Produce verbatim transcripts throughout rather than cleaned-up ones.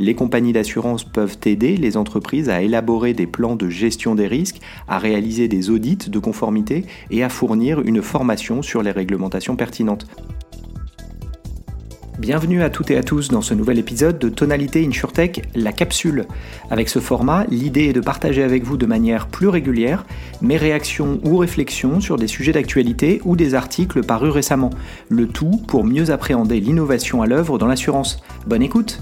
Les compagnies d'assurance peuvent aider les entreprises à élaborer des plans de gestion des risques, à réaliser des audits de conformité et à fournir une formation sur les réglementations pertinentes. Bienvenue à toutes et à tous dans ce nouvel épisode de Tonalité InsurTech, la capsule. Avec ce format, l'idée est de partager avec vous de manière plus régulière mes réactions ou réflexions sur des sujets d'actualité ou des articles parus récemment. Le tout pour mieux appréhender l'innovation à l'œuvre dans l'assurance. Bonne écoute!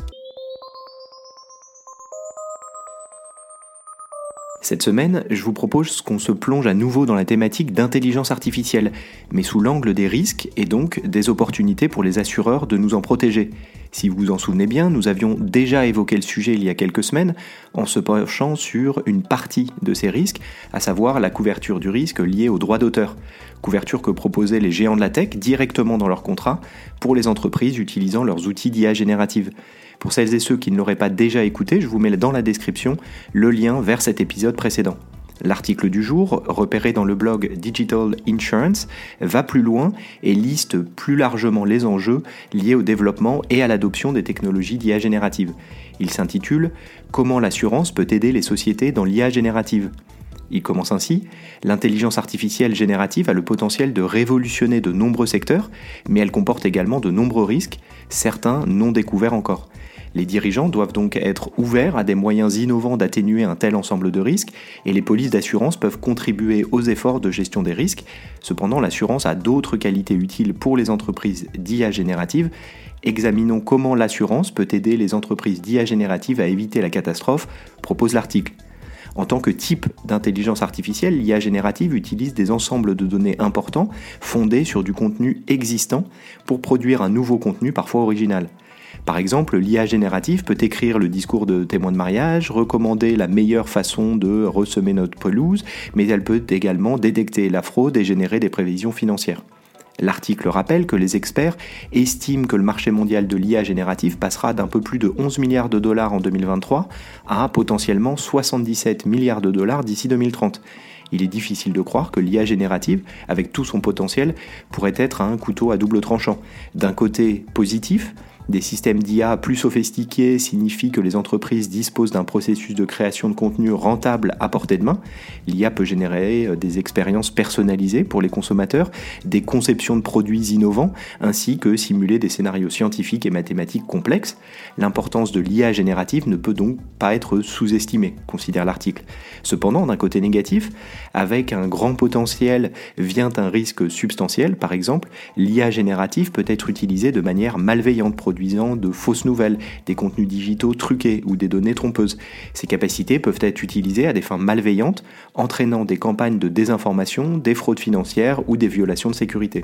Cette semaine, je vous propose qu'on se plonge à nouveau dans la thématique d'intelligence artificielle, mais sous l'angle des risques et donc des opportunités pour les assureurs de nous en protéger. Si vous vous en souvenez bien, nous avions déjà évoqué le sujet il y a quelques semaines en se penchant sur une partie de ces risques, à savoir la couverture du risque liée aux droits d'auteur. Couverture que proposaient les géants de la tech directement dans leurs contrats pour les entreprises utilisant leurs outils d'I A générative. Pour celles et ceux qui ne l'auraient pas déjà écouté, je vous mets dans la description le lien vers cet épisode précédent. L'article du jour, repéré dans le blog Digital Insurance, va plus loin et liste plus largement les enjeux liés au développement et à l'adoption des technologies d'I A générative. Il s'intitule « Comment l'assurance peut aider les sociétés dans l'I A générative ?» Il commence ainsi, l'intelligence artificielle générative a le potentiel de révolutionner de nombreux secteurs, mais elle comporte également de nombreux risques, certains non découverts encore. Les dirigeants doivent donc être ouverts à des moyens innovants d'atténuer un tel ensemble de risques, et les polices d'assurance peuvent contribuer aux efforts de gestion des risques. Cependant, l'assurance a d'autres qualités utiles pour les entreprises d'I A générative. Examinons comment l'assurance peut aider les entreprises d'I A générative à éviter la catastrophe, propose l'article. En tant que type d'intelligence artificielle, l'I A générative utilise des ensembles de données importants fondés sur du contenu existant pour produire un nouveau contenu parfois original. Par exemple, l'I A générative peut écrire le discours de témoin de mariage, recommander la meilleure façon de ressemer notre pelouse, mais elle peut également détecter la fraude et générer des prévisions financières. L'article rappelle que les experts estiment que le marché mondial de l'I A générative passera d'un peu plus de onze milliards de dollars en deux mille vingt-trois à potentiellement soixante-dix-sept milliards de dollars d'ici deux mille trente. Il est difficile de croire que l'I A générative, avec tout son potentiel, pourrait être un couteau à double tranchant. D'un côté positif, des systèmes d'I A plus sophistiqués signifient que les entreprises disposent d'un processus de création de contenu rentable à portée de main. L'I A peut générer des expériences personnalisées pour les consommateurs, des conceptions de produits innovants, ainsi que simuler des scénarios scientifiques et mathématiques complexes. L'importance de l'I A générative ne peut donc pas être sous-estimée, considère l'article. Cependant, d'un côté négatif, avec un grand potentiel vient un risque substantiel. Par exemple, l'I A générative peut être utilisée de manière malveillante, produisant de fausses nouvelles, des contenus digitaux truqués ou des données trompeuses. Ces capacités peuvent être utilisées à des fins malveillantes, entraînant des campagnes de désinformation, des fraudes financières ou des violations de sécurité.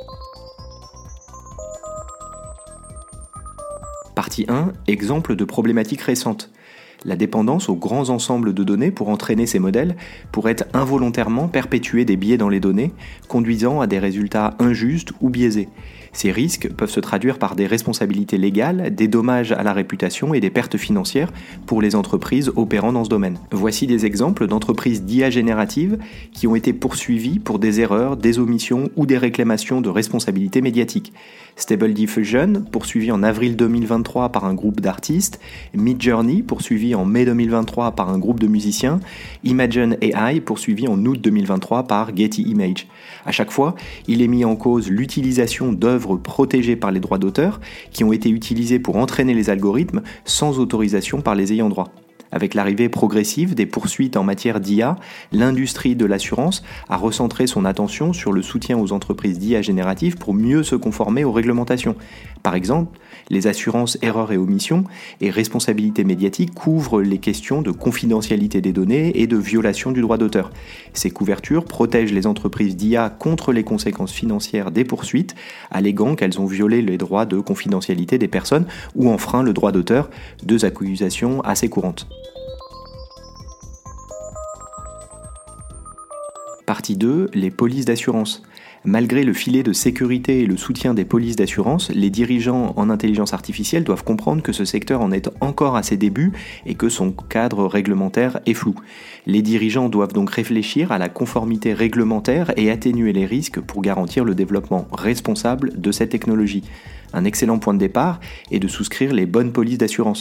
Partie un. Exemple de problématiques récentes. La dépendance aux grands ensembles de données pour entraîner ces modèles pourrait involontairement perpétuer des biais dans les données, conduisant à des résultats injustes ou biaisés. Ces risques peuvent se traduire par des responsabilités légales, des dommages à la réputation et des pertes financières pour les entreprises opérant dans ce domaine. Voici des exemples d'entreprises d'I A générative qui ont été poursuivies pour des erreurs, des omissions ou des réclamations de responsabilité médiatique. Stable Diffusion, poursuivi en avril deux mille vingt-trois par un groupe d'artistes, Midjourney, poursuivi en mai deux mille vingt-trois par un groupe de musiciens, Imagen A I, poursuivi en août deux mille vingt-trois par Getty Images. À chaque fois, il est mis en cause l'utilisation d'œuvres protégées par les droits d'auteur qui ont été utilisées pour entraîner les algorithmes sans autorisation par les ayants droit. Avec l'arrivée progressive des poursuites en matière d'I A, l'industrie de l'assurance a recentré son attention sur le soutien aux entreprises d'I A générative pour mieux se conformer aux réglementations. Par exemple, les assurances erreurs et omissions et responsabilité médiatique couvrent les questions de confidentialité des données et de violation du droit d'auteur. Ces couvertures protègent les entreprises d'I A contre les conséquences financières des poursuites, alléguant qu'elles ont violé les droits de confidentialité des personnes ou enfreint le droit d'auteur, deux accusations assez courantes. Partie deux, les polices d'assurance. Malgré le filet de sécurité et le soutien des polices d'assurance, les dirigeants en intelligence artificielle doivent comprendre que ce secteur en est encore à ses débuts et que son cadre réglementaire est flou. Les dirigeants doivent donc réfléchir à la conformité réglementaire et atténuer les risques pour garantir le développement responsable de cette technologie. Un excellent point de départ est de souscrire les bonnes polices d'assurance.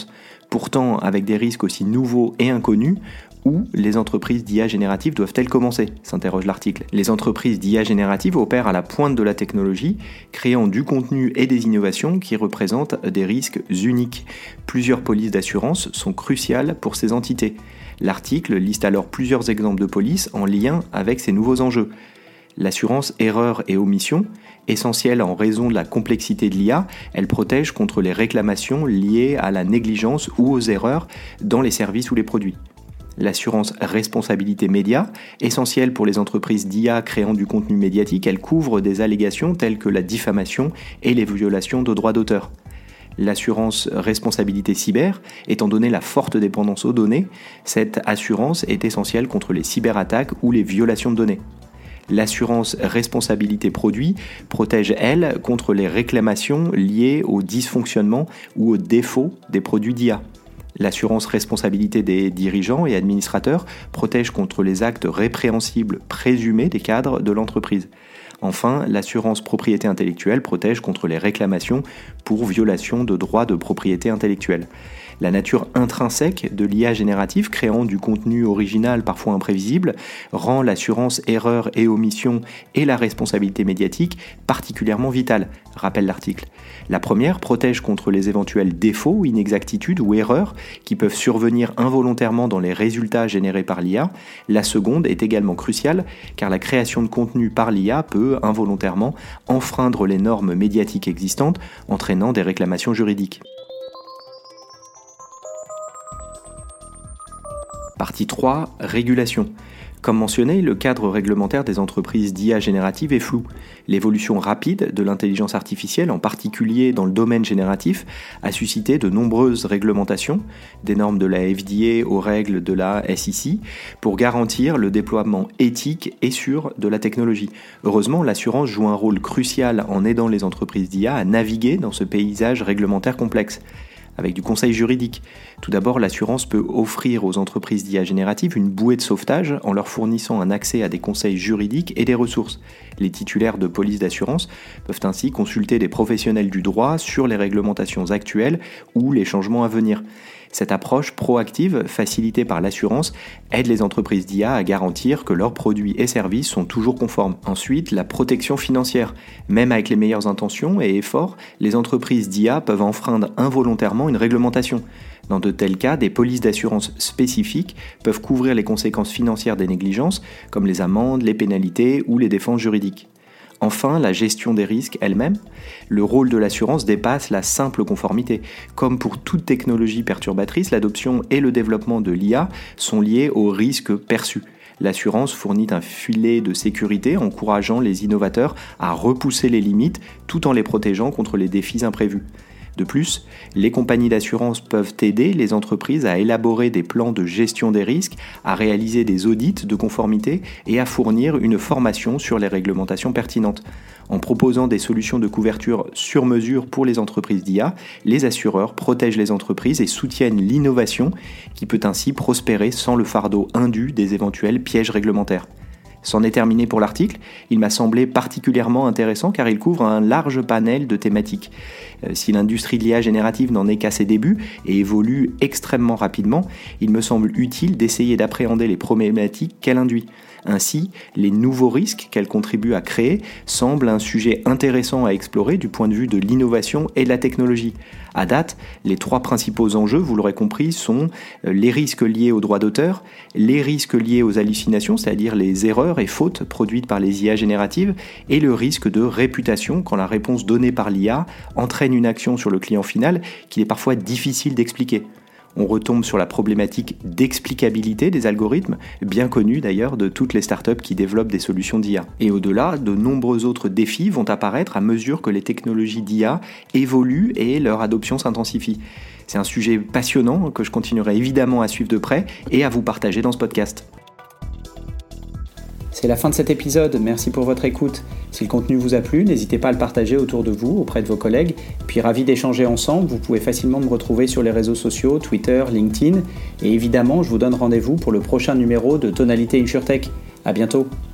Pourtant, avec des risques aussi nouveaux et inconnus, où les entreprises d'I A générative doivent-elles commencer ? S'interroge l'article. Les entreprises d'I A générative opèrent à la pointe de la technologie, créant du contenu et des innovations qui représentent des risques uniques. Plusieurs polices d'assurance sont cruciales pour ces entités. L'article liste alors plusieurs exemples de polices en lien avec ces nouveaux enjeux. L'assurance erreur et omission, essentielle en raison de la complexité de l'I A, elle protège contre les réclamations liées à la négligence ou aux erreurs dans les services ou les produits. L'assurance responsabilité média, essentielle pour les entreprises d'I A créant du contenu médiatique, elle couvre des allégations telles que la diffamation et les violations de droits d'auteur. L'assurance responsabilité cyber, étant donné la forte dépendance aux données, cette assurance est essentielle contre les cyberattaques ou les violations de données. L'assurance responsabilité produit protège, elle, contre les réclamations liées au dysfonctionnement ou aux défauts des produits d'I A. L'assurance responsabilité des dirigeants et administrateurs protège contre les actes répréhensibles présumés des cadres de l'entreprise. Enfin, l'assurance propriété intellectuelle protège contre les réclamations pour violation de droits de propriété intellectuelle. La nature intrinsèque de l'I A générative, créant du contenu original parfois imprévisible, rend l'assurance erreur et omission et la responsabilité médiatique particulièrement vitales, rappelle l'article. La première protège contre les éventuels défauts, inexactitudes ou erreurs qui peuvent survenir involontairement dans les résultats générés par l'I A. La seconde est également cruciale car la création de contenu par l'I A peut involontairement enfreindre les normes médiatiques existantes, entraînant des réclamations juridiques. Partie trois. Régulation. Comme mentionné, le cadre réglementaire des entreprises d'I A générative est flou. L'évolution rapide de l'intelligence artificielle, en particulier dans le domaine génératif, a suscité de nombreuses réglementations, des normes de la F D A aux règles de la S E C, pour garantir le déploiement éthique et sûr de la technologie. Heureusement, l'assurance joue un rôle crucial en aidant les entreprises d'I A à naviguer dans ce paysage réglementaire complexe. Avec du conseil juridique. Tout d'abord, l'assurance peut offrir aux entreprises d'I A générative une bouée de sauvetage en leur fournissant un accès à des conseils juridiques et des ressources. Les titulaires de polices d'assurance peuvent ainsi consulter des professionnels du droit sur les réglementations actuelles ou les changements à venir. Cette approche proactive, facilitée par l'assurance, aide les entreprises d'I A à garantir que leurs produits et services sont toujours conformes. Ensuite, la protection financière. Même avec les meilleures intentions et efforts, les entreprises d'I A peuvent enfreindre involontairement une réglementation. Dans de tels cas, des polices d'assurance spécifiques peuvent couvrir les conséquences financières des négligences, comme les amendes, les pénalités ou les défenses juridiques. Enfin, la gestion des risques elle-même. Le rôle de l'assurance dépasse la simple conformité. Comme pour toute technologie perturbatrice, l'adoption et le développement de l'I A sont liés aux risques perçus. L'assurance fournit un filet de sécurité encourageant les innovateurs à repousser les limites tout en les protégeant contre les défis imprévus. De plus, les compagnies d'assurance peuvent aider les entreprises à élaborer des plans de gestion des risques, à réaliser des audits de conformité et à fournir une formation sur les réglementations pertinentes. En proposant des solutions de couverture sur mesure pour les entreprises d'I A, les assureurs protègent les entreprises et soutiennent l'innovation qui peut ainsi prospérer sans le fardeau indu des éventuels pièges réglementaires. C'en est terminé pour l'article. Il m'a semblé particulièrement intéressant car il couvre un large panel de thématiques. Euh, si l'industrie de l'I A générative n'en est qu'à ses débuts et évolue extrêmement rapidement, il me semble utile d'essayer d'appréhender les problématiques qu'elle induit. Ainsi, les nouveaux risques qu'elle contribue à créer semblent un sujet intéressant à explorer du point de vue de l'innovation et de la technologie. À date, les trois principaux enjeux, vous l'aurez compris, sont les risques liés aux droits d'auteur, les risques liés aux hallucinations, c'est-à-dire les erreurs et fautes produites par les I A génératives, et le risque de réputation quand la réponse donnée par l'I A entraîne une action sur le client final qu'il est parfois difficile d'expliquer. On retombe sur la problématique d'explicabilité des algorithmes, bien connue d'ailleurs de toutes les startups qui développent des solutions d'I A. Et au-delà, de nombreux autres défis vont apparaître à mesure que les technologies d'I A évoluent et leur adoption s'intensifie. C'est un sujet passionnant que je continuerai évidemment à suivre de près et à vous partager dans ce podcast. C'est la fin de cet épisode, merci pour votre écoute. Si le contenu vous a plu, n'hésitez pas à le partager autour de vous, auprès de vos collègues. Puis ravi d'échanger ensemble, vous pouvez facilement me retrouver sur les réseaux sociaux, Twitter, LinkedIn. Et évidemment, je vous donne rendez-vous pour le prochain numéro de Tonalité InsurTech. À bientôt.